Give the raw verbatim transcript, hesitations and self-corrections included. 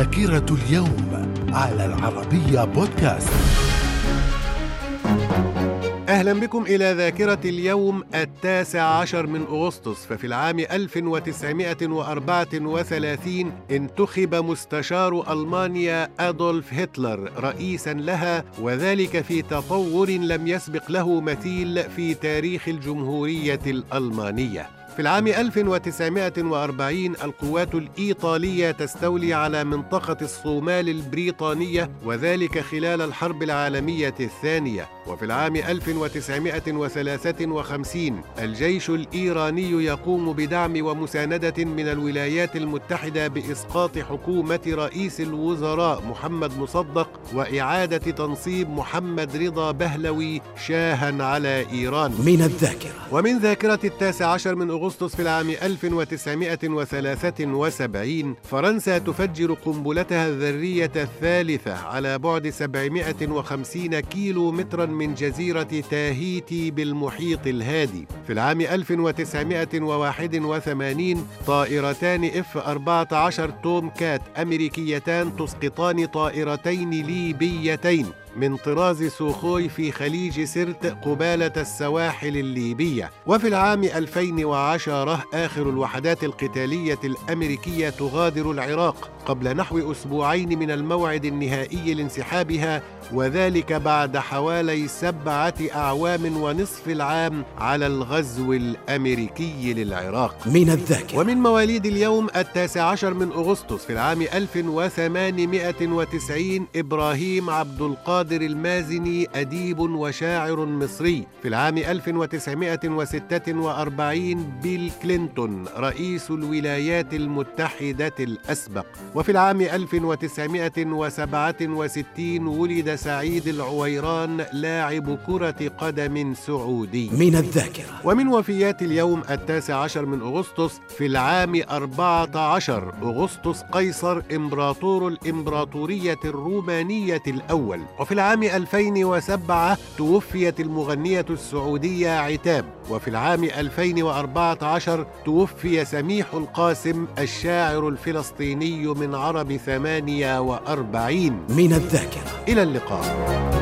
ذاكرة اليوم على العربية بودكاست. أهلا بكم إلى ذاكرة اليوم التاسع عشر من أغسطس. ففي العام ألف وتسعمائة وأربعة وثلاثين انتخب مستشار ألمانيا أدولف هتلر رئيساً لها، وذلك في تطور لم يسبق له مثيل في تاريخ الجمهورية الألمانية. في العام ألف وتسعمائة وأربعين القوات الإيطالية تستولي على منطقة الصومال البريطانية، وذلك خلال الحرب العالمية الثانية. وفي العام ألف وتسعمائة وثلاثة وخمسين الجيش الإيراني يقوم بدعم ومساندة من الولايات المتحدة بإسقاط حكومة رئيس الوزراء محمد مصدق وإعادة تنصيب محمد رضا بهلوي شاها على إيران. من الذاكرة. ومن ذاكرة التاسع عشر من أغسطس في العام ألف وتسعمائة وثلاثة وسبعين فرنسا تفجر قنبلتها الذرية الثالثة على بعد سبعمائة وخمسين كيلو مترا من جزيرة تاهيتي بالمحيط الهادي. في العام ألف وتسعمائة وواحد وثمانين طائرتان إف أربعة عشر توم كات أمريكيتان تسقطان طائرتين ليبيتين من طراز سوخوي في خليج سرت قبالة السواحل الليبية. وفي العام ألفين وعشرة آخر الوحدات القتالية الأمريكية تغادر العراق قبل نحو أسبوعين من الموعد النهائي لانسحابها، وذلك بعد حوالي سبعة أعوام ونصف العام على الغزو الأمريكي للعراق. من الذاكرة. ومن مواليد اليوم التاسع عشر من أغسطس في العام ألف وثمانمائة وتسعين إبراهيم عبد القادر المازني أديب وشاعر مصري. في العام ألف وتسعمائة وستة وأربعين بيل كلينتون رئيس الولايات المتحدة الأسبق. وفي العام ألف وتسعمائة وسبعة وستين ولد سعيد العويران لاعب كرة قدم سعودي. من الذاكرة. ومن وفيات اليوم التاسع عشر من أغسطس في العام أربعة عشر أغسطس قيصر إمبراطور الإمبراطورية الرومانية الأول. وفي العام ألفين وسبعة توفيت المغنية السعودية عتاب. وفي العام ألفين وأربعة عشر توفي سميح القاسم الشاعر الفلسطيني من عرب ثمانية وأربعين. من الذاكرة. إلى اللقاء.